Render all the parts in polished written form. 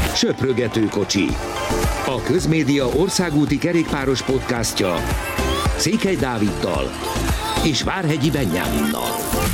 Söprögető kocsi. A Közmédia országúti kerékpáros podcastja Székely Dáviddal és Várhegyi Benyáminnal.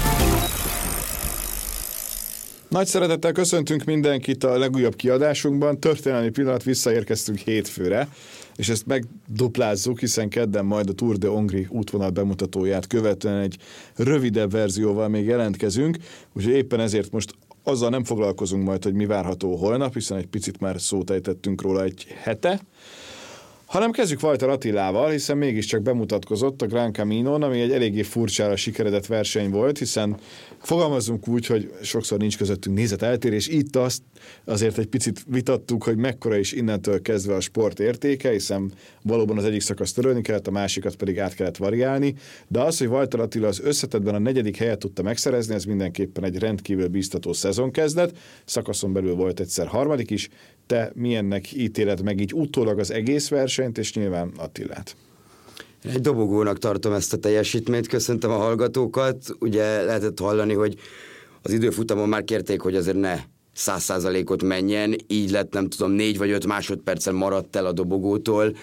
Nagy szeretettel köszöntünk mindenkit a legújabb kiadásunkban. Történelmi pillanat, visszaérkeztünk hétfőre, és ezt megduplázzuk, hiszen kedden majd a Tour de Hongrie útvonal bemutatóját követően egy rövidebb verzióval még jelentkezünk, úgyhogy éppen ezért most azzal nem foglalkozunk majd, hogy mi várható holnap, hiszen egy picit már szót ejtettünk róla egy hete, hanem kezdjük Walter Attilával, hiszen mégiscsak bemutatkozott a Gran Caminon, ami egy eléggé furcsára sikeredett verseny volt, hiszen fogalmazzunk úgy, hogy sokszor nincs közöttünk nézeteltérés, itt azt azért egy picit vitattuk, hogy mekkora is innentől kezdve a sport értéke, hiszen valóban az egyik szakaszt törölni kellett, a másikat pedig át kellett variálni, de az, hogy Walter Attila az összetettben a 4. helyet tudta megszerezni, ez mindenképpen egy rendkívül bíztató szezon kezdett, szakaszon belül volt egyszer 3. is. Te milyennek ítéled meg így utólag az egész versenyt, és nyilván Attilát? Egy dobogónak tartom ezt a teljesítményt, köszöntöm a hallgatókat. Ugye lehetett hallani, hogy az időfutamon már kérték, hogy azért ne 100%-ot menjen, így lett, nem tudom, 4 vagy 5 másodpercen maradt el a dobogótól.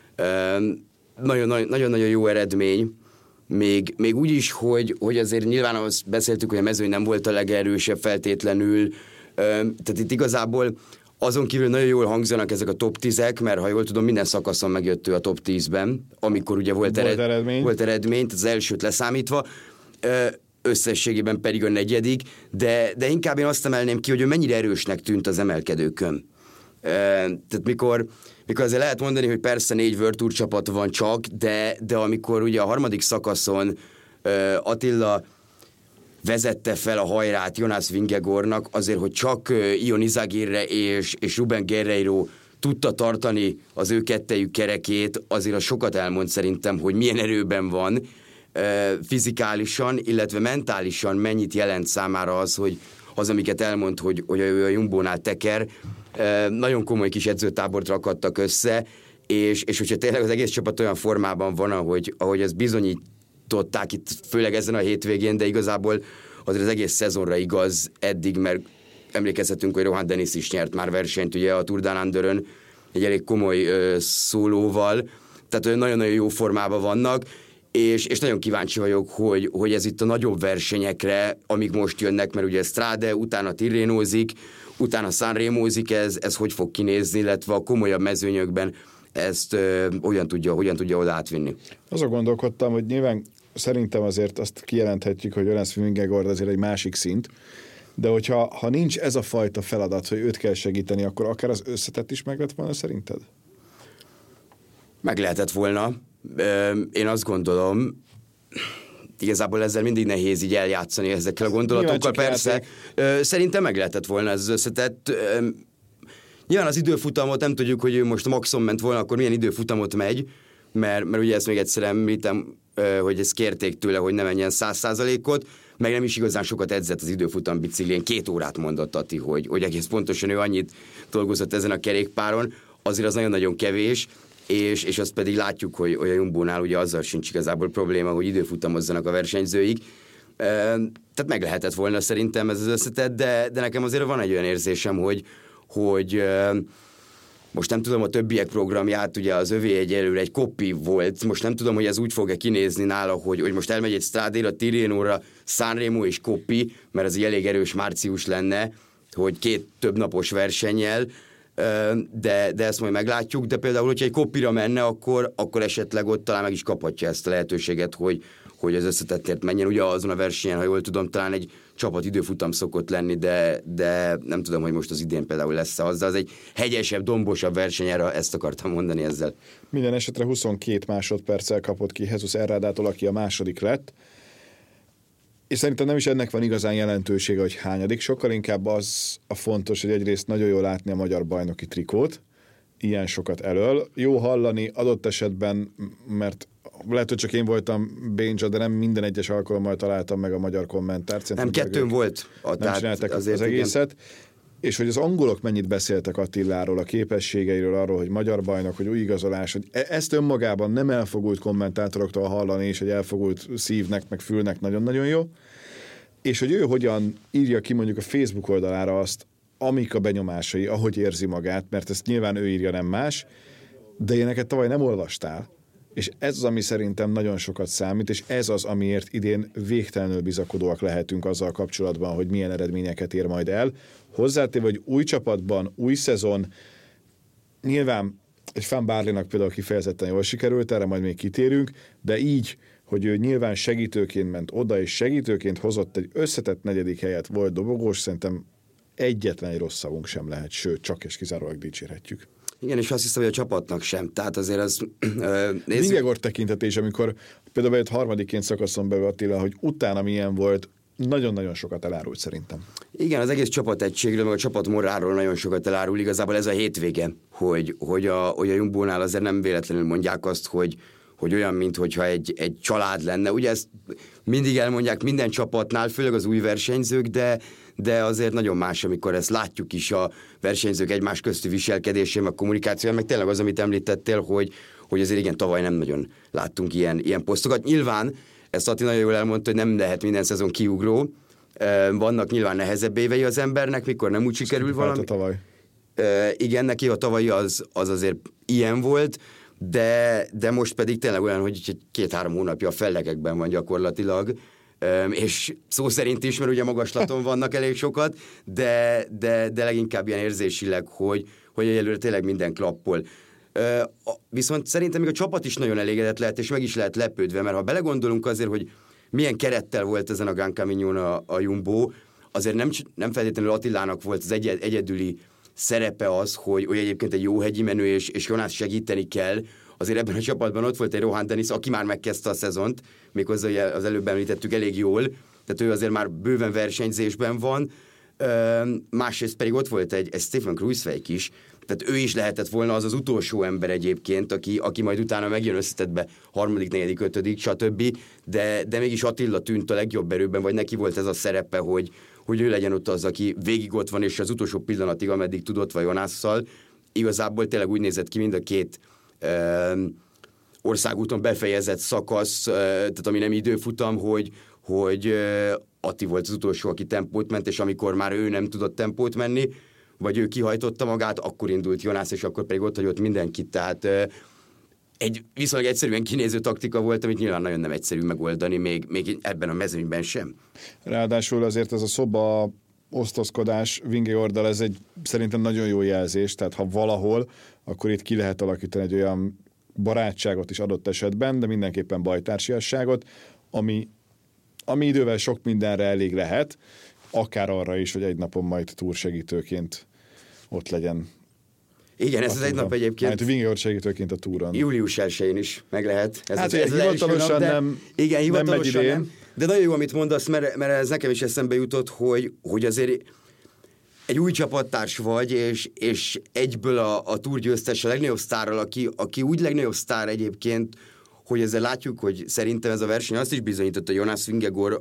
Nagyon-nagyon jó eredmény. Még úgy is, hogy azért nyilván azt beszéltük, hogy a mezőny nem volt a legerősebb feltétlenül, tehát itt igazából azon kívül nagyon jól hangzanak ezek a top 10-ek, mert ha jól tudom, minden szakaszon megjött ő a top 10-ben, amikor ugye volt eredmény, az elsőt leszámítva, összességében pedig a 4., de inkább én azt emelném ki, hogy ő mennyire erősnek tűnt az emelkedőkön. Tehát mikor azért lehet mondani, hogy persze 4 World Tour csapat van csak, de amikor ugye a 3. szakaszon Attila vezette fel a hajrát Jonas Vingegaardnak, azért, hogy csak Ion Izagirre és Ruben Guerreiro tudta tartani az ő kettejük kerekét, azért az sokat elmond szerintem, hogy milyen erőben van fizikálisan, illetve mentálisan mennyit jelent számára az, amiket elmond, hogy ő a Jumbónál teker. Nagyon komoly kis edzőtábort rakadtak össze, és hogyha tényleg az egész csapat olyan formában van, ahogy ez bizonyították itt, főleg ezen a hétvégén, de igazából azért az egész szezonra igaz eddig, mert emlékezhetünk, hogy Rohan Dennis is nyert már versenyt ugye a Tour Down Under-ön egy elég komoly szólóval, tehát nagyon-nagyon jó formában vannak, és nagyon kíváncsi vagyok, hogy ez itt a nagyobb versenyekre, amik most jönnek, mert ugye Strade, utána Tirrenózik, utána Sanremozik, ez hogy fog kinézni, illetve a komolyabb mezőnyökben ezt hogyan tudja oda átvinni. Azon gondolkodtam, hogy nyilván szerintem azért azt kijelenthetjük, hogy Jonas Vingegaard azért egy másik szint, de hogyha nincs ez a fajta feladat, hogy őt kell segíteni, akkor akár az összetett is meg lett volna szerinted? Meg lehetett volna. Én azt gondolom, igazából ezzel mindig nehéz így eljátszani ezekkel a gondolatokkal, persze. Szerintem meg lehetett volna ez az összetett. Nyilván az időfutamot nem tudjuk, hogy ő most maxon ment volna, akkor milyen időfutamot megy, mert ugye ezt még egyszer említem, hogy ezt kérték tőle, hogy ne menjen 100%-ot, meg nem is igazán sokat edzett az időfutam biciklén, 2 órát mondott Ati, hogy egész pontosan ő annyit dolgozott ezen a kerékpáron, azért az nagyon-nagyon kevés, és azt pedig látjuk, hogy a Jumbónál ugye azzal sincs igazából probléma, hogy időfutamozzanak a versenyzőik. Tehát meg lehetett volna szerintem ez az összetett, de nekem azért van egy olyan érzésem, hogy most nem tudom a többiek programját, ugye az övé egyelőre egy copy volt, most nem tudom, hogy ez úgy fog-e kinézni nála, hogy most elmegy egy Strade-ra, Tirrenóra, Sanremo és copy, mert ez egy elég erős március lenne, hogy 2 több napos versennyel, de ezt majd meglátjuk, de például, hogyha egy copyra menne, akkor esetleg ott talán meg is kaphatja ezt a lehetőséget, hogy az összetettért menjen. Ugye azon a versenyen, ha jól tudom, talán egy csapat időfutam szokott lenni, de nem tudom, hogy most az idén például lesz-e azzal. Az egy hegyesebb, dombosabb verseny, erre ezt akartam mondani ezzel. Minden esetre 22 másodperccel kapott ki Jesus Herradától, aki a második lett. És szerintem nem is ennek van igazán jelentősége, hogy hányadik. Sokkal inkább az a fontos, hogy egyrészt nagyon jól látni a magyar bajnoki trikót, ilyen sokat elől. Jó hallani adott esetben, mert lehet, hogy csak én voltam béncsa, de nem minden egyes alkalommal találtam meg a magyar kommentárt. Nem, 2 volt. Nem csináltak az egészet. Igen. És hogy az angolok mennyit beszéltek Attiláról, a képességeiről, arról, hogy magyar bajnok, hogy új igazolás, hogy ezt önmagában nem elfogult kommentátoroktól hallani, és egy elfogult szívnek, meg fülnek nagyon-nagyon jó. És hogy ő hogyan írja ki mondjuk a Facebook oldalára azt, amik a benyomásai, ahogy érzi magát, mert ezt nyilván ő írja, nem más, de ilyeneket tavaly nem olvastál. És ez az, ami szerintem nagyon sokat számít, és ez az, amiért idén végtelenül bizakodóak lehetünk azzal kapcsolatban, hogy milyen eredményeket ér majd el. Hozzátéve, hogy új csapatban, új szezon, nyilván egy Fan Barleynak például kifejezetten jól sikerült, erre majd még kitérünk, de így, hogy ő nyilván segítőként ment oda, és segítőként hozott egy összetett 4. helyet, volt dobogós, szerintem egyetlen egy rossz szavunk sem lehet, sőt, csak és kizárólag dicsérhetjük. Igen, és azt hiszem, hogy a csapatnak sem. Tehát azért az... Vingegor tekintetés, amikor például bejött harmadikként szakaszon belül Attila, hogy utána milyen volt, nagyon-nagyon sokat elárult szerintem. Igen, az egész csapategységről, meg a csapat morálról nagyon sokat elárul. Igazából ez a hétvége, hogy a Jumbónál azért nem véletlenül mondják azt, hogy olyan, mintha egy család lenne. Ugye ezt mindig elmondják minden csapatnál, főleg az új versenyzők, de azért nagyon más, amikor ezt látjuk is a versenyzők egymás közti viselkedésén, meg kommunikációján, meg tényleg az, amit említettél, hogy azért igen, tavaly nem nagyon láttunk ilyen posztokat. Nyilván, ezt Ati nagyon jól elmondta, hogy nem lehet minden szezon kiugró. Vannak nyilván nehezebb évei az embernek, mikor nem úgy sikerül valami. A tavaly. Igen, neki a tavalyi az azért ilyen volt, de most pedig tényleg olyan, hogy 2-3 hónapja a fellegekben van gyakorlatilag, és szó szerint is, mert ugye magaslaton vannak elég sokat, de leginkább ilyen érzésileg, hogy egyelőre tényleg minden klappol. Viszont szerintem még a csapat is nagyon elégedett lehet, és meg is lehet lepődve, mert ha belegondolunk azért, hogy milyen kerettel volt ezen a Gran Camino-n a Jumbo, azért nem feltétlenül Attilának volt az egyedüli szerepe az, hogy egyébként egy jó hegyi menő, és Jonas segíteni kell. Azért ebben a csapatban ott volt egy Rohan Dennis, aki már megkezdte a szezont, méghozzá az előbb említettük elég jól, tehát ő azért már bőven versenyzésben van. Másrészt pedig ott volt egy Stefan Kruijswijk is, tehát ő is lehetett volna az utolsó ember egyébként, aki majd utána megjön összetettbe 3., 4., 5., stb. De mégis Attila tűnt a legjobb erőben, vagy neki volt ez a szerepe, hogy ő legyen ott az, aki végig ott van, és az utolsó pillanatig, ameddig tudott vagy Jonasszal. Igazából tényleg úgy nézett ki mind a két országúton befejezett szakasz, tehát ami nem időfutam, hogy Atti volt az utolsó, aki tempót ment, és amikor már ő nem tudott tempót menni, vagy ő kihajtotta magát, akkor indult Jonas, és akkor pedig ott hagyott mindenkit. Tehát egy viszonylag egyszerűen kinéző taktika volt, amit nyilván nagyon nem egyszerű megoldani, még ebben a mezőnyben sem. Ráadásul azért ez a szoba osztozkodás Vingegaarddal, ez egy szerintem nagyon jó jelzés, tehát ha valahol, akkor itt ki lehet alakítani egy olyan barátságot is adott esetben, de mindenképpen bajtársiasságot, ami idővel sok mindenre elég lehet, akár arra is, hogy egy napon majd túrsegítőként ott legyen. Igen, ez az egy nap egyébként. Hát Vingegaard segítőként a túron. Július 1-én is meg lehet. Ez hivatalosan nem. Igen, hivatalosan nem. De nagyon jó, amit mondasz, mert ez nekem is eszembe jutott, hogy azért egy új csapattárs vagy, és egyből a túrgyőztes a legnagyobb sztárral, aki úgy legnagyobb sztár egyébként, hogy ezzel látjuk, hogy szerintem ez a verseny azt is bizonyította, hogy Jonas Vingegaard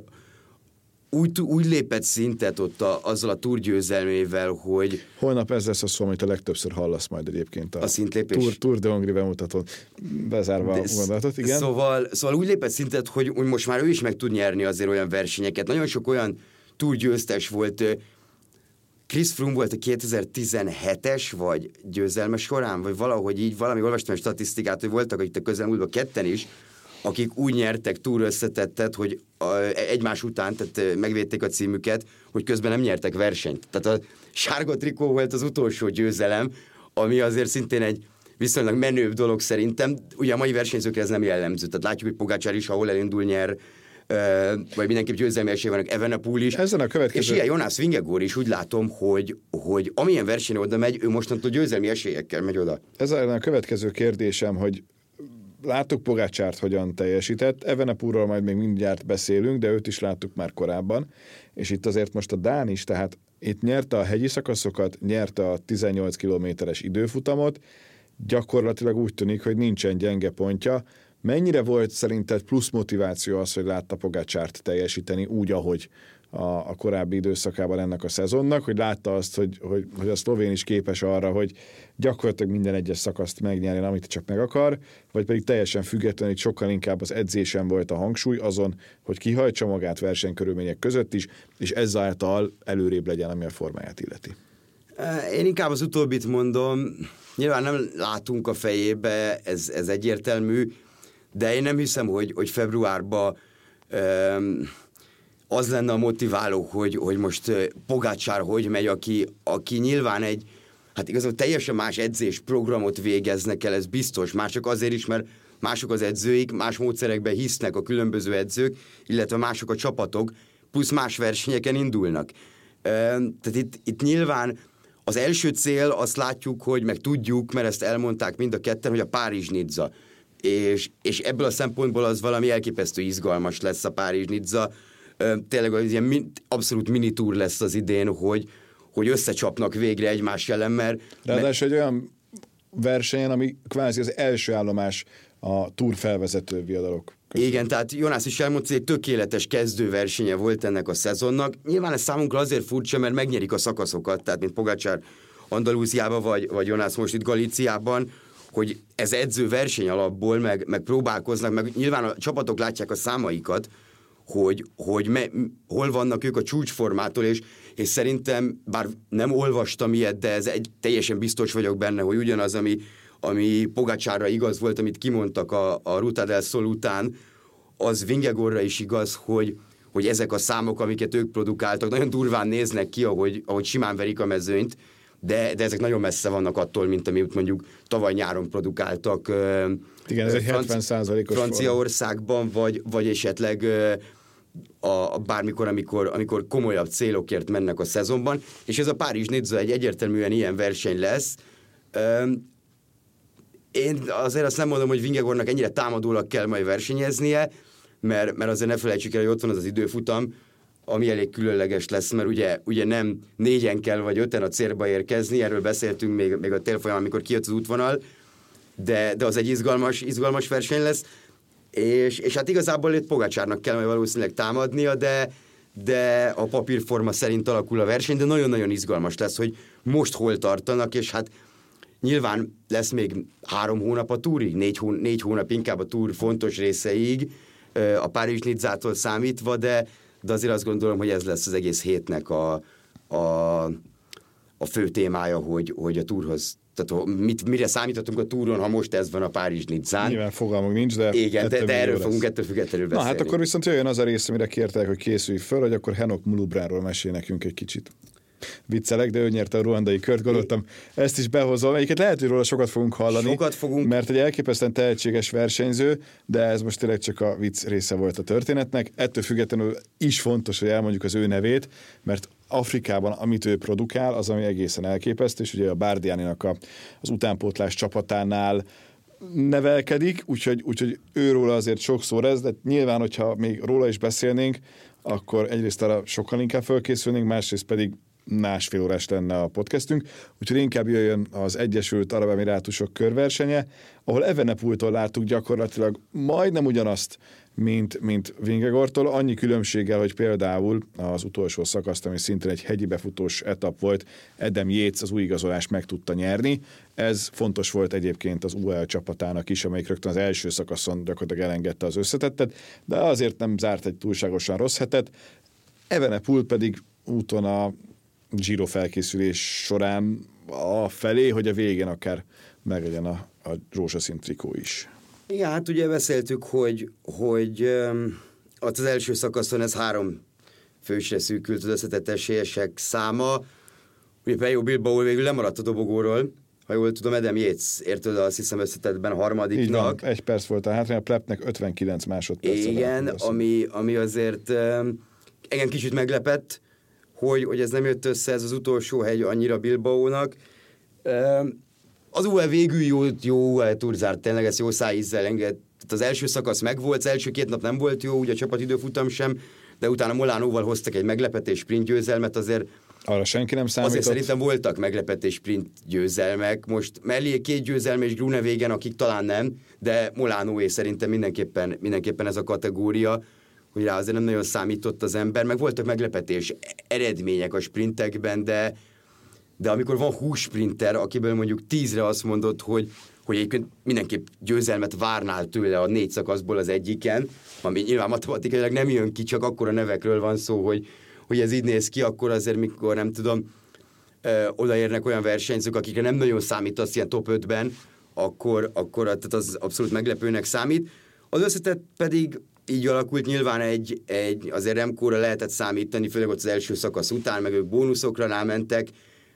úgy lépett szintet ott azzal a túrgyőzelmével, hogy... Holnap ez lesz a szó, amit a legtöbbször hallasz majd egyébként a szintlépés. Tour de Hongrie bemutatón, bezárva a gondolatot, igen. Szóval úgy lépett szintet, hogy most már ő is meg tud nyerni azért olyan versenyeket. Nagyon sok olyan túrgyőztes volt. Chris Froome volt a 2017-es, vagy győzelme során, vagy valahogy így, olvastam a statisztikát, hogy voltak itt a közelmúltban ketten is, akik úgy nyertek túl összetettet, hogy egymás után, tehát megvédték a címüket, hogy közben nem nyertek versenyt. Tehát a sárga trikó volt az utolsó győzelem, ami azért szintén egy viszonylag menőbb dolog szerintem. Ugye a mai versenyzőkre ez nem jellemző. Tehát látjuk, hogy Pogačar is, ahol elindul, nyer, vagy mindenképp győzelmi esély vannak, Evenepoel is. Ezen a következő... És ilyen Jonas Vingegaard is úgy látom, hogy amilyen versenyre oda megy, ő mostantól győzelmi esélyekkel megy oda. Ez a következő kérdésem, hogy láttuk Pogačart hogyan teljesített, Evenepoelről majd még mindjárt beszélünk, de őt is láttuk már korábban, és itt azért most a dán is, tehát itt nyerte a hegyi szakaszokat, nyerte a 18 kilométeres időfutamot, gyakorlatilag úgy tűnik, hogy nincsen gyenge pontja. Mennyire volt szerinted plusz motiváció az, hogy látta Pogačart teljesíteni úgy, ahogy a korábbi időszakában ennek a szezonnak, hogy látta azt, hogy a szlovén is képes arra, hogy gyakorlatilag minden egyes szakaszt megnyerjen, amit csak meg akar, vagy pedig teljesen függetlenül, sokkal inkább az edzésen volt a hangsúly azon, hogy kihajtsa magát versenykörülmények között is, és ezáltal előrébb legyen, ami a formáját illeti. Én inkább az utóbbit mondom. Nyilván nem látunk a fejébe, ez egyértelmű, de én nem hiszem, hogy februárban az lenne a motiváló, hogy most Pogačar hogy megy, aki nyilván hát igazából teljesen más edzésprogramot végeznek el, ez biztos. Mások azért is, mert mások az edzőik, más módszerekben hisznek a különböző edzők, illetve mások a csapatok, plusz más versenyeken indulnak. Tehát itt nyilván az első cél, azt látjuk, hogy meg tudjuk, mert ezt elmondták mind a ketten, hogy a Párizs-Nizza. És ebből a szempontból az valami elképesztő izgalmas lesz a Párizs-Nizza. Tényleg az ilyen abszolút minitúr lesz az idén, hogy összecsapnak végre egymás ellen, mert... Ráadásul egy olyan versenyen, ami kvázi az első állomás a túr felvezető viadalok között. Igen, tehát Jonas is elmondta, hogy egy tökéletes kezdőversenye volt ennek a szezonnak. Nyilván ez számunkra azért furcsa, mert megnyerik a szakaszokat, tehát mint Pogačar Andalúziában, vagy Jonas most itt Galíciában, hogy ez edző verseny alapból, meg próbálkoznak, meg nyilván a csapatok látják a számaikat, hogy hol vannak ők a csúcsformától, és szerintem, bár nem olvastam ilyet, de teljesen biztos vagyok benne, hogy ugyanaz, ami Pogačarra igaz volt, amit kimondtak a Ruta del Sol után, az Vingegaardra is igaz, hogy ezek a számok, amiket ők produkáltak, nagyon durván néznek ki, ahogy simán verik a mezőnyt, de ezek nagyon messze vannak attól, mint amit mondjuk tavaly nyáron produkáltak. Igen, ez egy 70%-os Franciaországban, vagy esetleg bármikor, amikor komolyabb célokért mennek a szezonban, és ez a Párizs-Nizza egy egyértelműen ilyen verseny lesz. Én azért azt nem mondom, hogy Vingegaardnak ennyire támadólag kell majd versenyeznie, mert azért ne felejtsük el, hogy ott van az időfutam, ami elég különleges lesz, mert ugye nem 4-en kell, vagy 5-en a célba érkezni, erről beszéltünk még a tél folyamán, amikor kijött az útvonal, de az egy izgalmas verseny lesz, és hát igazából itt Pogačarnak kell majd valószínűleg támadnia, de a papírforma szerint alakul a verseny, de nagyon-nagyon izgalmas lesz, hogy most hol tartanak, és hát nyilván lesz még 3 hónap a túrig, 4 hónap inkább a túr fontos részeig, a Párizs-Nizzától számítva, de azért azt gondolom, hogy ez lesz az egész hétnek a fő témája, hogy a túrhoz, tehát mire számíthatunk a túron, ha most ez van a Párizs-Nizzán. Nyilván fogalmunk nincs, de... Igen, de erről fogunk ettől függetlenül beszélni. Na hát akkor viszont jöjjön az a rész, amire kértek, hogy készülj föl, hogy akkor Henok Mulubráról mesél nekünk egy kicsit. Viccelek, de ő nyerte a ruandai kört, gondoltam, ezt is behozom. Egyiket lehet, hogy róla sokat fogunk hallani, mert egy elképesztően tehetséges versenyző, de ez most tényleg csak a vicc része volt a történetnek. Ettől függetlenül is fontos, hogy elmondjuk az ő nevét, mert Afrikában, amit ő produkál, az, ami egészen elképesztő, és ugye a Bardianinak az utánpótlás csapatánál nevelkedik, úgyhogy őróla azért sokszor ez, de nyilván, hogyha még róla is beszélnénk, akkor egyrészt arra sokkal inkább fölkészülnénk, másrészt pedig másfél órás lenne a podcastünk, úgyhogy inkább jöjjön az Egyesült Arab Emirátusok körversenye, ahol Evenepoeltól láttuk gyakorlatilag majdnem ugyanazt, mint Vingegaardtól, annyi különbséggel, hogy például az utolsó szakaszt, ami szintén egy hegyi befutós etap volt, Adam Yates az új igazolást meg tudta nyerni. Ez fontos volt egyébként az UAE csapatának is, amelyik rögtön az első szakaszon gyakorlatilag elengedte az összetettet, de azért nem zárt egy túlságosan rossz hetet. Evenepoel pedig úton a Giro felkészülés során a felé, hogy a végén akár meglegyen a rózsaszín trikó is. Igen, hát ugye beszéltük, hogy az első szakaszon ez 3 fősre szűkült az összetett esélyesek száma. Ugye Pello Bilbao végül lemaradt a dobogóról, ha jól tudom, Adam Yates ért oda, azt hiszem összetettben a harmadiknak. Így van, 1 perc volt a hátrány, a Plepnek 59 másodperc. Igen, ami azért engem kicsit meglepett, hogy ez nem jött össze, ez az utolsó hegy annyira Bilbaónak. Az UAE végül jó UAE túr zárt, tényleg ezt jó szájízzel enged. Az első szakasz megvolt, az első 2 nap nem volt jó, ugye a csapatidőfutam sem, de utána Molánóval hoztak egy meglepetés sprint győzelmet, azért arra senki nem számított. Azért szerintem voltak meglepetés sprint győzelmek. Most mellé 2 győzelme és Groenewegen, akik talán nem, de Molánóé szerintem mindenképpen ez a kategória, hogy rá azért nem nagyon számított az ember, meg voltak meglepetés eredmények a sprintekben, de amikor van 20 sprinter, akiből mondjuk 10-re azt mondod, hogy egyébként mindenképp győzelmet várnál tőle a 4 szakaszból az egyiken, ami nyilván matematikailag nem jön ki, csak akkor a nevekről van szó, hogy ez így néz ki, akkor azért mikor nem tudom, odaérnek olyan versenyzők, akikre nem nagyon számítasz ilyen top 5-ben, akkor tehát az abszolút meglepőnek számít. Az összetett pedig így alakult, nyilván azért Remco-ra lehetett számítani, főleg ott az első szakasz után, meg ők bónuszokra rámentek.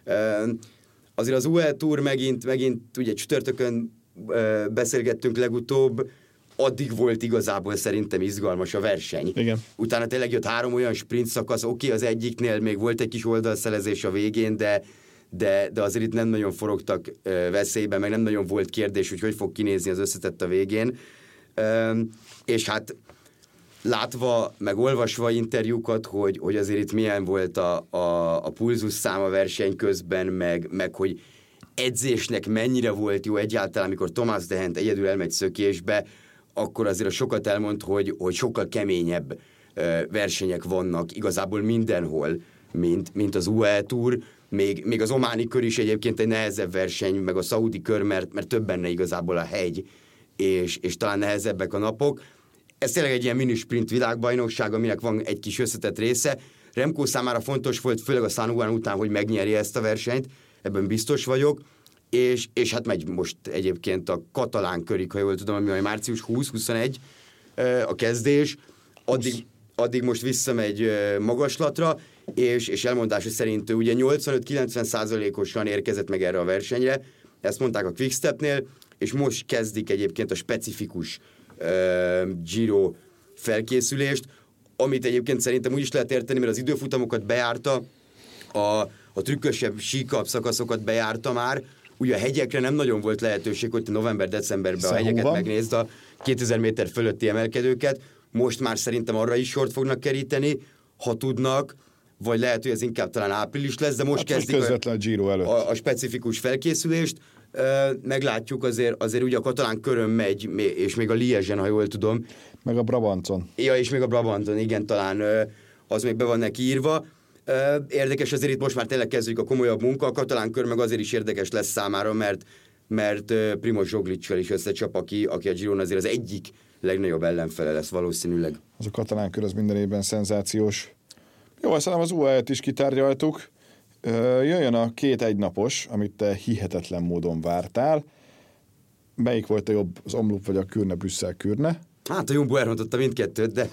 Azért az UAE Tour megint ugye csütörtökön beszélgettünk legutóbb, addig volt igazából szerintem izgalmas a verseny. Igen. Utána tényleg jött 3 olyan sprint szakasz, oké, az egyiknél még volt egy kis oldalszelezés a végén, de azért itt nem nagyon forogtak veszélybe, meg nem nagyon volt kérdés, hogy fog kinézni az összetett a végén. És hát látva, meg olvasva interjúkat, hogy azért itt milyen volt a pulzus szám a verseny közben, meg hogy edzésnek mennyire volt jó egyáltalán, amikor Thomas de Gendt egyedül elmegy szökésbe, akkor azért sokat elmond, hogy sokkal keményebb versenyek vannak igazából mindenhol, mint az UAE Tour, még az ománi kör is egyébként egy nehezebb verseny, meg a szaudi kör, mert több benne igazából a hegy, és talán nehezebbek a napok. Ez tényleg egy ilyen minisprint világbajnokság, aminek van egy kis összetett része. Remco számára fontos volt, főleg a San Juan után, hogy megnyeri ezt a versenyt, ebben biztos vagyok, és hát megy most egyébként a katalán körig, ha jól tudom, ami a március 20-21 a kezdés, addig most visszamegy magaslatra, és elmondása szerint ő ugye 85-90%-osan érkezett meg erre a versenyre, ezt mondták a Quickstepnél, és most kezdik egyébként a specifikus Giro felkészülést, amit egyébként szerintem úgy is lehet érteni, mert az időfutamokat bejárta, a trükkösebb, síkabb szakaszokat bejárta már, ugye a hegyekre nem nagyon volt lehetőség, hogy november-decemberben a hegyeket megnézd, a 2000 méter fölötti emelkedőket, most már szerintem arra is sort fognak keríteni, ha tudnak, vagy lehet, hogy ez inkább talán április lesz, de most kezdik közvetlen a Giro előtt a specifikus felkészülést. Meglátjuk, azért ugye a katalán körön megy, és még a Liège-en, ha jól tudom. Meg a Brabanton. Ja, és még a Brabanton, igen, talán az még be van neki írva. Érdekes, azért itt most már tényleg kezdjük a komolyabb munka, a katalán kör meg azért is érdekes lesz számára, mert Primož Rogličcal is összecsap, aki a Giron azért az egyik legnagyobb ellenfele lesz valószínűleg. Az a katalán kör az minden évben szenzációs. Jó, aztán az UAE-t is kitárgyaltuk. Jöjjön a 2 egynapos, amit te hihetetlen módon vártál. Melyik volt a jobb, az Omloop vagy a Kürne-Brüsszel-Kürne? Hát a Jumbo elrontotta mindkettőt, de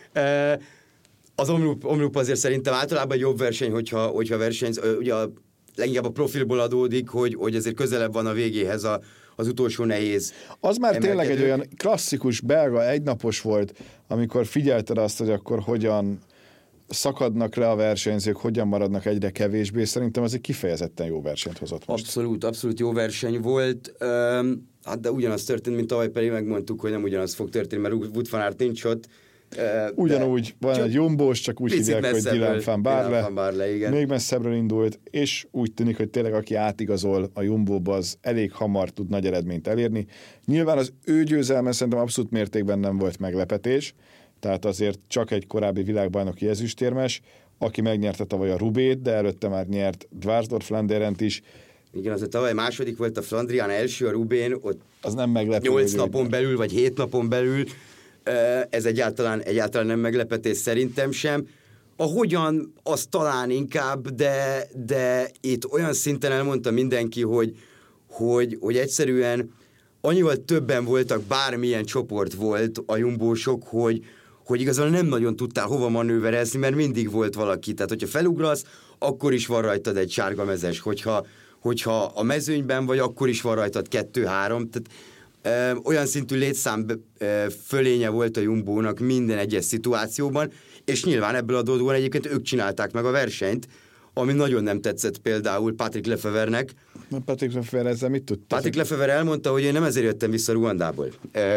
az Omloop azért szerintem általában egy jobb verseny, hogyha versenyz. Ugye leginkább a profilból adódik, hogy azért közelebb van a végéhez az utolsó nehéz. Az már tényleg egy olyan klasszikus belga egynapos volt, amikor figyelted azt, hogy akkor hogyan szakadnak le a versenyzők, hogyan maradnak egyre kevésbé. Szerintem az egy kifejezetten jó versenyt hozott most. Abszolút jó verseny volt. Hát de ugyanaz történt, mint tavaly, pedig megmondtuk, hogy nem ugyanaz fog történni, mert Wout van Aert nincs ott. Ugyanúgy van egy Jumbós, csak úgy hívják, hogy Dylan van Baarle. Még messzebbről indult, és úgy tűnik, hogy tényleg aki átigazol a Jumbóba, az elég hamar tud nagy eredményt elérni. Nyilván az ő győzelme szerintem abszolút mértékben nem volt meglepetés, tehát azért csak egy korábbi világbajnoki ezüstérmes, aki megnyerte tavaly a Roubaix-t, de előtte már nyert Dvarsdorf-Flanderent is. Igen, azért tavaly második volt a Flandrián, első a Roubaix-n, ott az nem meglepő, 8 napon belül, vagy 7 napon belül, ez egyáltalán nem meglepetés szerintem sem. Ahogyan, az talán inkább, de itt olyan szinten elmondta mindenki, hogy egyszerűen annyival többen voltak, bármilyen csoport volt a jumbósok, hogy igazából nem nagyon tudtál hova manőverezni, mert mindig volt valaki. Tehát, hogyha felugrasz, akkor is van rajtad egy sárga mezes. Hogyha a mezőnyben vagy, akkor is van rajtad 2-3. Tehát olyan szintű létszám fölénye volt a Jumbónak minden egyes szituációban, és nyilván ebből adódóan egyébként ők csinálták meg a versenyt, ami nagyon nem tetszett például Patrick Lefevernek. Patrick Lefever ezzel mit tudta? Patrick Lefever elmondta, hogy én nem ezért jöttem vissza Ruandából.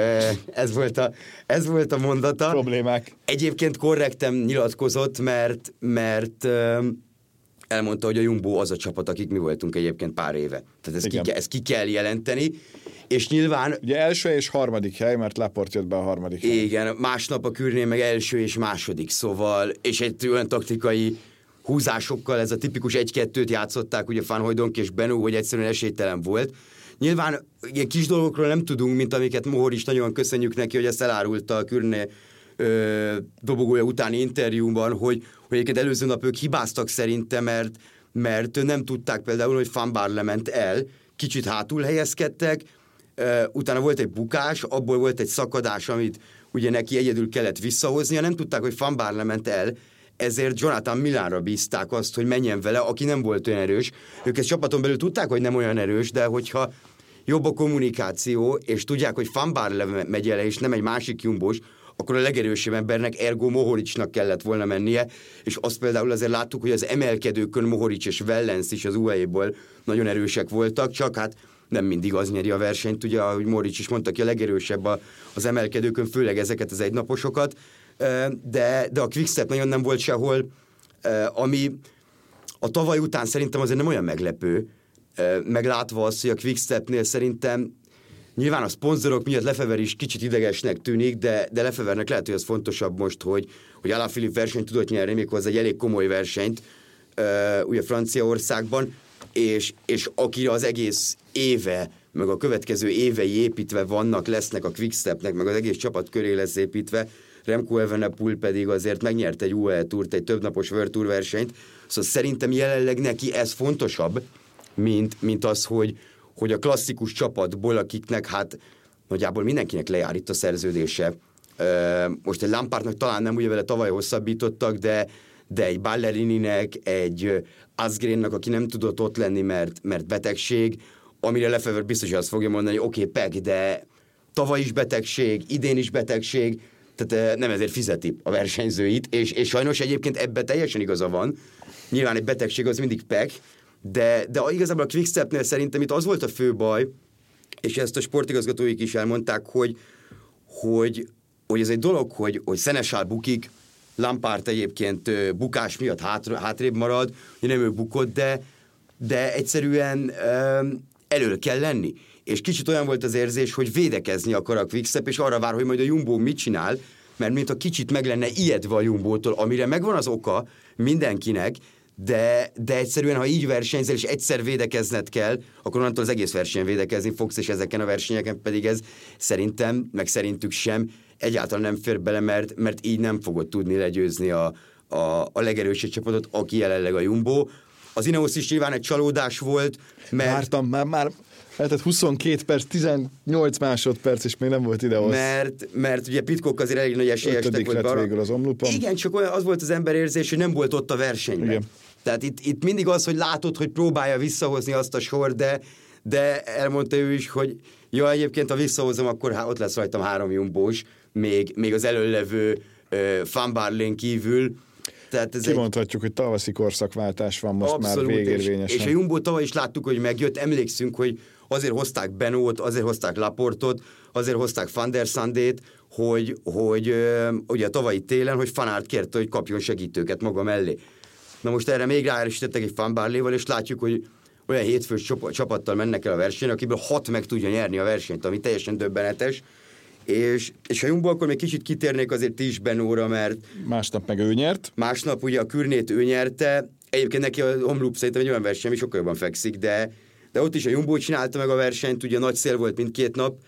Ez volt a mondata. Problémák. Egyébként korrektem nyilatkozott, mert elmondta, hogy a Jumbo az a csapat, akik mi voltunk egyébként pár éve. Tehát ezt ki kell jelenteni. És nyilván... Ugye első és harmadik hely, mert Laporte jött be a harmadik hely. Igen, másnap a Kürnén meg első és második, szóval, és egy olyan taktikai húzásokkal, ez a tipikus 1-2-t játszották, ugye Van Hooijdonk és Benoot, hogy egyszerűen esélytelen volt. Nyilván ilyen kis dolgokról nem tudunk, mint amiket Mohor is nagyon köszönjük neki, hogy ezt elárulta a Kürné dobogója utáni interjúban, hogy egyébként előző nap ők hibáztak szerintem, mert nem tudták például, hogy Van Baarle lement el, kicsit hátul helyezkedtek, utána volt egy bukás, abból volt egy szakadás, amit ugye neki egyedül kellett visszahoznia, nem tudták, hogy Van Baarle ment el, ezért Jonathan Milánra bízták azt, hogy menjen vele, aki nem volt olyan erős. Ők ezt csapaton belül tudták, hogy nem olyan erős, de hogyha jobb a kommunikáció, és tudják, hogy Van Baarle megy el, és nem egy másik jumbós, akkor a legerősebb embernek, ergo Mohoricsnak kellett volna mennie, és azt például azért láttuk, hogy az emelkedőkön Mohorics és Wellens is az UAE-ból nagyon erősek voltak, csak hát nem mindig az nyeri a versenyt, ugye, ahogy Mohorics is mondta, ki a legerősebb az emelkedőkön, főleg ezeket az egynaposokat, de a Quickstep nagyon nem volt sehol, ami a tavaly után szerintem azért nem olyan meglepő, meglátva azt, hogy a Quickstepnél szerintem nyilván a szponzorok miatt Lefevere is kicsit idegesnek tűnik, de Lefevernek lehet, hogy az fontosabb most, hogy Alaphilippe versenyt tudott nyerni, méghozzá egy elég komoly versenyt, ugye Franciaországban, és akire az egész éve, meg a következő évei építve vannak, lesznek a Quickstepnek, meg az egész csapat köré lesz építve, Remco Evenepoel pedig azért megnyert egy UAE Tourt, egy többnapos World Tour versenyt, szóval szerintem jelenleg neki ez fontosabb, mint az, hogy a klasszikus csapatból, akiknek hát nagyjából mindenkinek lejár itt a szerződése. Most egy Lampardnak talán nem, ugye vele tavaly hosszabbítottak, de egy Ballerininek, egy Asgrennek, aki nem tudott ott lenni, mert betegség, amire Lefevere biztos azt fogja mondani, hogy oké, Peg, de tavaly is betegség, idén is betegség, tehát nem ezért fizeti a versenyzőit, és sajnos egyébként ebben teljesen igaza van. Nyilván egy betegség az mindig Peg, de igazából a Quickstepnél szerintem itt az volt a fő baj, és ezt a sportigazgatóik is elmondták, hogy ez egy dolog, hogy Seneschal bukik, Lampard egyébként bukás miatt hátrébb marad, hogy nem ő bukott, de egyszerűen elő kell lenni. És kicsit olyan volt az érzés, hogy védekezni akar a Quickstep, és arra vár, hogy majd a Jumbo mit csinál, mert mintha kicsit meg lenne ijedve a Jumbótól, amire megvan az oka mindenkinek, de egyszerűen, ha így versenyzel, és egyszer védekezned kell, akkor onnantól az egész versenyen védekezni fogsz, és ezeken a versenyeken pedig ez szerintem, meg szerintük sem egyáltalán nem fér bele, mert így nem fogod tudni legyőzni a legerősebb csapatot, aki jelenleg a Jumbo. Az Ineos is nyilván egy csalódás volt, mert... Vártam, már tehát 22 perc, 18 másodperc, és még nem volt Ineos. Mert ugye Pidcock azért elég nagy esélyesnek volt be. Végül az Omloopon. Igen, csak olyan, az volt az emberérzés, hogy nem volt ott a versenyben. Igen. Tehát itt mindig az, hogy látod, hogy próbálja visszahozni azt a sor, de elmondta ő is, hogy ja, egyébként, ha visszahozom, akkor ott lesz rajtam 3 jumbós, még az előlevő Van Baarlen kívül. Tehát kimondhatjuk, hogy tavaszi korszakváltás van most abszolút, már végérvényesen. És a Jumbo tavaly is láttuk, hogy megjött, emlékszünk, hogy azért hozták Benót, azért hozták Laportot, azért hozták Van der Sandét, hogy ugye a tavalyi télen, hogy Van Aert kérte, hogy kapjon segítőket maga mellé. Na most erre még ráerősítettek egy Van Baarléval, és látjuk, hogy olyan hétfős csapattal mennek el a versenyre, akiből 6 meg tudja nyerni a versenyt, ami teljesen döbbenetes. És a Jumbo akkor még kicsit kitérnék azért Tish Benóra, mert... Másnap meg ő nyert. Másnap ugye a Kürnét ő nyerte. Egyébként neki a Omloop szerintem egy olyan verseny, ami sokkal jobban fekszik, de ott is a Jumbo csinálta meg a versenyt, ugye nagy szél volt mindkét nap,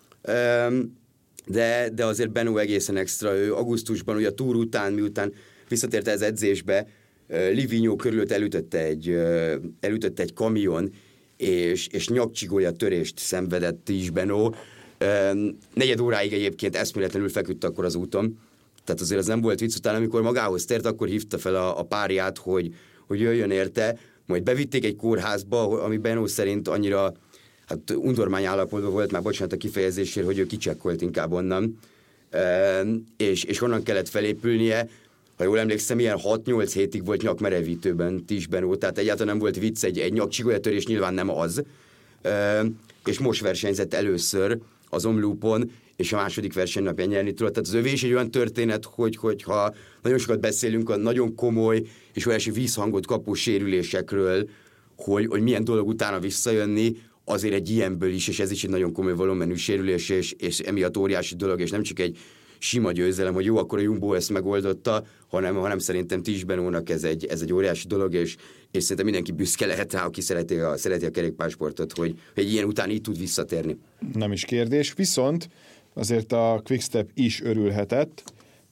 de azért Benó egészen extra. Ő augusztusban, ugye a túr után, miután visszatért ez edzésbe, Livigno körülött elütötte egy kamion, és nyakcsigolya törést szenvedett Tish Benó. 4 óráig egyébként eszméletlenül feküdt akkor az úton. Tehát azért az nem volt vicc, utána amikor magához tért, akkor hívta fel a párját, hogy jöjjön érte. Majd bevitték egy kórházba, ami Benó szerint annyira undormány állapotban volt, már bocsánat a kifejezésért, hogy ő kicsekkolt inkább onnan. És onnan kellett felépülnie. Ha jól emlékszem, ilyen 6-8 hétig volt nyakmerevítőben Tish Benó, tehát egyáltalán nem volt vicc, egy nyakcsigolyatörés nyilván nem az. És most versenyzett először az Omloopon, és a második versenynapján nyerni tudott. Tehát az övé is egy olyan történet, hogyha nagyon sokat beszélünk a nagyon komoly és óriási vízhangot kapó sérülésekről, hogy milyen dolog utána visszajönni, azért egy ilyenből is, és ez is egy nagyon komoly volumenű sérülés, és emiatt óriási dolog, és nem csak egy sima győzelem, hogy jó, akkor a Jumbo ezt megoldotta, hanem szerintem Tish Benónak ez egy óriási dolog, és szerintem mindenki büszke lehet rá, aki szereti a kerékpársportot, hogy egy ilyen után így tud visszatérni. Nem is kérdés, viszont azért a Quickstep is örülhetett,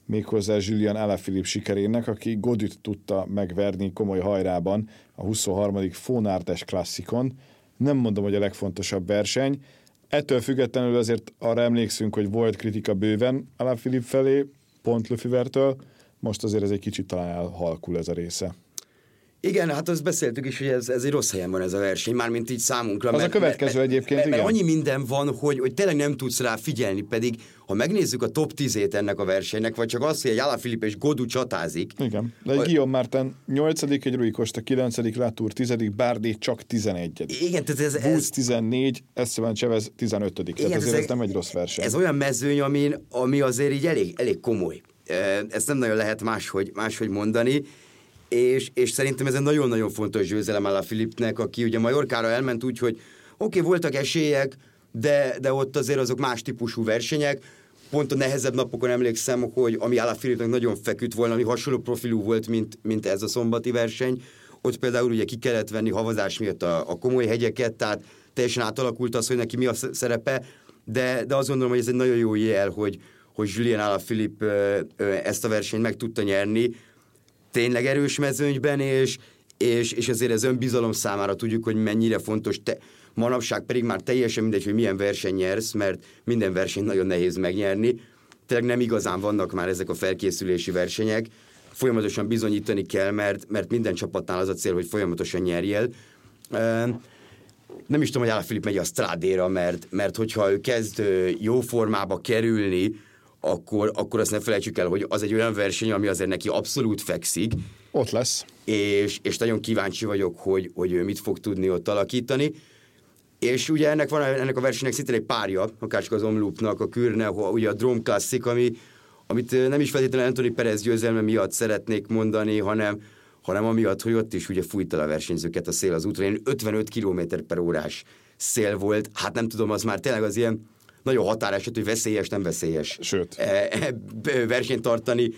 méghozzá Julian Alaphilippe sikerének, aki Godut tudta megverni komoly hajrában a 23. Fonardes klasszikon. Nem mondom, hogy a legfontosabb verseny. Ettől függetlenül azért arra emlékszünk, hogy volt kritika bőven Alaphilippe felé, pont Lefevertől, most azért ez egy kicsit talán elhalkul ez a része. Igen, hát azt beszéltük is, hogy ez egy rossz helyen van ez a verseny, mármint így számunkra. Az a következő egyébként, igen. Mert annyi minden van, hogy tényleg nem tudsz rá figyelni, pedig ha megnézzük a top 10-ét ennek a versenynek, vagy csak azt, hogy egy Alaphilippe és Godu csatázik. Igen, de egy Guillaume Martin 8., egy Rui Costa 9., Latour 10., Bardet csak 11. Igen, tehát Woods 14, Esteban Chavez 15. Igen, tehát azért ez nem egy rossz verseny. Ez olyan mezőny, ami azért így elég komoly. Ezt nem nagyon lehet máshogy mondani. És szerintem ez egy nagyon-nagyon fontos győzelem Alaphilippe-nek, aki ugye Majorkára elment úgy, hogy oké, voltak esélyek, de ott azért azok más típusú versenyek. Pont a nehezebb napokon emlékszem, hogy ami Alaphilippe-nek nagyon feküdt volna, ami hasonló profilú volt, mint ez a szombati verseny. Ott például ugye ki kellett venni havazás miatt a komoly hegyeket, tehát teljesen átalakult az, hogy neki mi a szerepe, de azt gondolom, hogy ez egy nagyon jó jel, hogy Julian Alaphilippe ezt a versenyt meg tudta nyerni, tényleg erős mezőnyben, és ezért ez önbizalom számára tudjuk, hogy mennyire fontos. Manapság pedig már teljesen mindegy, hogy milyen verseny nyersz, mert minden verseny nagyon nehéz megnyerni. Tényleg nem igazán vannak már ezek a felkészülési versenyek. Folyamatosan bizonyítani kell, mert minden csapatnál az a cél, hogy folyamatosan nyerjél. Nem is tudom, hogy Alaphilippe megy a Stradéra, mert hogyha ő kezd jó formába kerülni, akkor azt ne felejtsük el, hogy az egy olyan verseny, ami azért neki abszolút fekszik. Ott lesz. És nagyon kíváncsi vagyok, hogy ő mit fog tudni ott alakítani. És ugye ennek a versenynek szintén egy párja, akárcsak az Omloopnak, a Kürne, ugye a Drôme Classic, amit nem is feltétlenül Anthony Perez győzelme miatt szeretnék mondani, hanem amiatt, hogy ott is ugye fújta a versenyzőket a szél az útra. 55 km/h szél volt. Hát nem tudom, az már tényleg az ilyen nagyon határeset, hogy veszélyes, nem veszélyes. Sőt. Versenyt tartani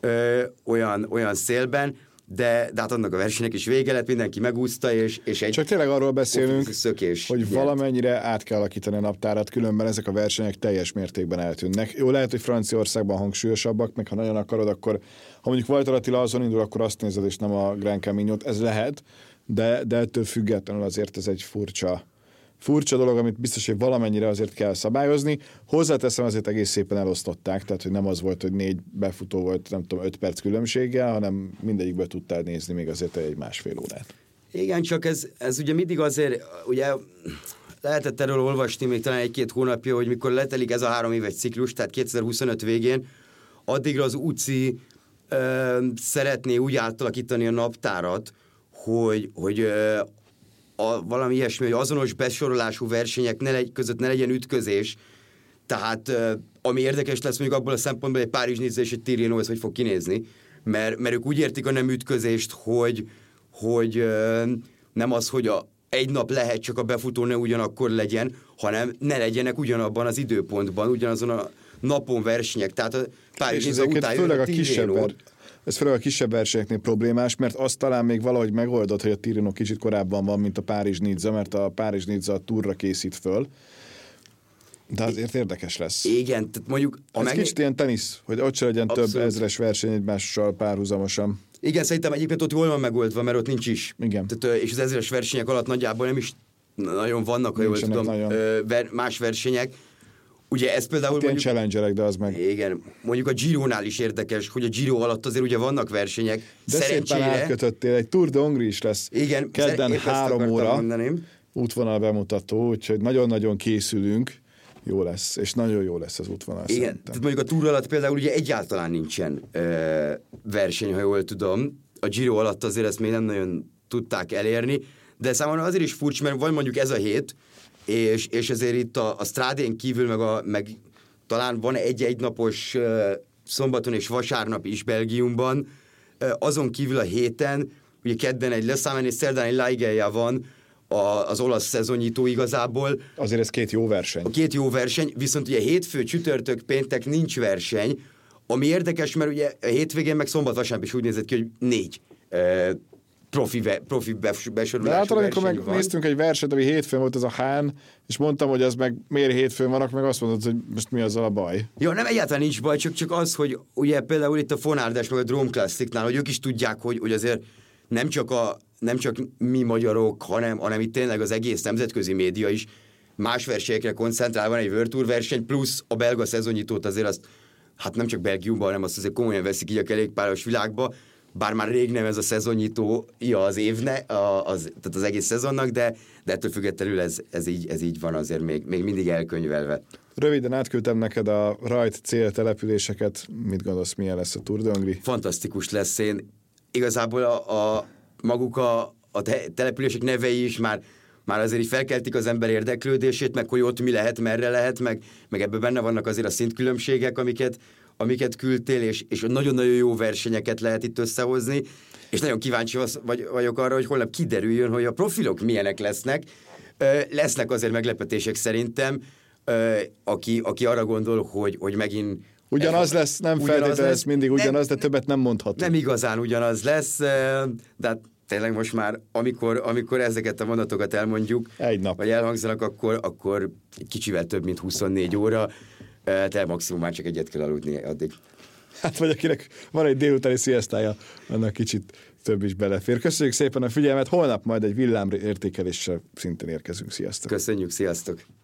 olyan szélben, de hát annak a versenynek is vége lett, mindenki megúszta, és egy... Csak tényleg arról beszélünk, szökés, hogy valamennyire át kell alakítani a naptárat, különben ezek a versenyek teljes mértékben eltűnnek. Jó, lehet, hogy Franciaországban hangsúlyosabbak, meg ha nagyon akarod, akkor ha mondjuk Walter Attila azon indul, akkor azt nézed, és nem a Grand Camino-t. Ez lehet, de ettől függetlenül azért ez egy furcsa dolog, amit biztos, hogy valamennyire azért kell szabályozni. Hozzáteszem, azért egész szépen elosztották, tehát hogy nem az volt, hogy 4 befutó volt, nem tudom, 5 perc különbséggel, hanem mindegyikbe tudtál nézni még azért egy 1,5 órát. Igen, csak ez ugye mindig azért, ugye lehetett erről olvasni még talán 1-2 hónapja, hogy mikor letelik ez a 3 éves ciklus, tehát 2025 végén, addigra az UCI szeretné úgy átalakítani a naptárat, hogy valami ilyesmi, hogy azonos besorolású versenyek között ne legyen ütközés. Tehát ami érdekes lesz mondjuk abból a szempontból, egy Párizs-Nice és egy Tirreno, ez hogy fog kinézni. Mert ők úgy értik a nem ütközést, hogy nem az, hogy egy nap lehet, csak a befutó ne ugyanakkor legyen, hanem ne legyenek ugyanabban az időpontban, ugyanazon a napon versenyek. Tehát a Párizs-Nice után jön a Tirreno. Ez főleg a kisebb versenyeknél problémás, mert azt talán még valahogy megoldott, hogy a Tirreno kicsit korábban van, mint a Párizs-Nice, mert a Párizs-Nice a Tourra készít föl. De azért érdekes lesz. Igen, tehát mondjuk... Ez kicsit ilyen tenisz, hogy ott se legyen abszolút több ezres verseny egymással párhuzamosan. Igen, szerintem egyébként ott jól van megoldva, mert ott nincs is. Igen. Tehát, és az ezres versenyek alatt nagyjából nem is nagyon vannak, ha jól tudom, más versenyek. Ugye ez például... Hát mondjuk, challengerek, de az meg... Igen, mondjuk a Gironál is érdekes, hogy a Giro alatt azért ugye vannak versenyek. De szerencsére... szépen átkötöttél, egy Tour de Hongrie is lesz. Igen, kedden 3 óra útvonal bemutató, úgyhogy nagyon-nagyon készülünk. Jó lesz, és nagyon jó lesz az útvonal. Igen, szerintem. tehát mondjuk a Tour alatt például ugye egyáltalán nincsen verseny, ha jól tudom. A Giro alatt azért ezt még nem nagyon tudták elérni, de számomra azért is furcsa, mert vagy mondjuk ez a hét, és ezért itt a Strádén kívül, meg talán van egy napos szombaton és vasárnap is Belgiumban, azon kívül a héten, ugye kedden egy leszámen és szerdán egy Laigeia van, az olasz szezonnyitó igazából. Azért ez 2 jó verseny. 2 jó verseny, viszont ugye hétfő, csütörtök, péntek nincs verseny, ami érdekes, mert ugye a hétvégén meg szombat-vasárnap is úgy nézett ki, hogy 4 profi besorolású De hát amikor verseny van. megnéztünk egy versenyt, ami hétfőn volt, ez a Hán, és mondtam, hogy az meg miért hétfőn vannak, meg azt mondod, hogy most mi azzal a baj. Jó, nem egyáltalán nincs baj, csak az, hogy ugye például itt a Fonárdes meg a Drome Classicnál, hogy ők is tudják, hogy azért nem csak mi magyarok, hanem itt tényleg az egész nemzetközi média is más versenyekre koncentrál, van egy World Tour verseny, plusz a belga szezonnyitót azért azt, hát nem csak Belgiumban, hanem azt azért komolyan veszik így a kerékpáros világba, bár már rég nem ez a szezonnyitója az évnek, tehát az egész szezonnak, de ettől függetlenül ez így van azért még mindig elkönyvelve. Röviden átküldtem neked a rajt céltelepüléseket. Mit gondolsz, milyen lesz a Tour de Hongrie? Fantasztikus lesz. Én igazából maguk a települések nevei is már azért így felkeltik az ember érdeklődését, meg hogy ott mi lehet, merre lehet, meg ebből benne vannak azért a szintkülönbségek, amiket küldtél, és nagyon-nagyon jó versenyeket lehet itt összehozni, és nagyon kíváncsi vagyok arra, hogy holnap kiderüljön, hogy a profilok milyenek lesznek. Lesznek azért meglepetések szerintem, aki arra gondol, hogy megint... Ugyanaz lesz, nem feltétlenül lesz mindig ugyanaz, de többet nem mondhatunk. Nem igazán ugyanaz lesz, de tényleg most már, amikor ezeket a mondatokat elmondjuk, egy nap, vagy elhangzanak, akkor egy kicsivel több, mint 24 óra, te maximum már csak egyet kell aludni addig. Hát vagy akinek van egy délutáni sziasztája, annak kicsit több is belefér. Köszönjük szépen a figyelmet, holnap majd egy villámértékeléssel szintén érkezünk. Sziasztok! Köszönjük, sziasztok!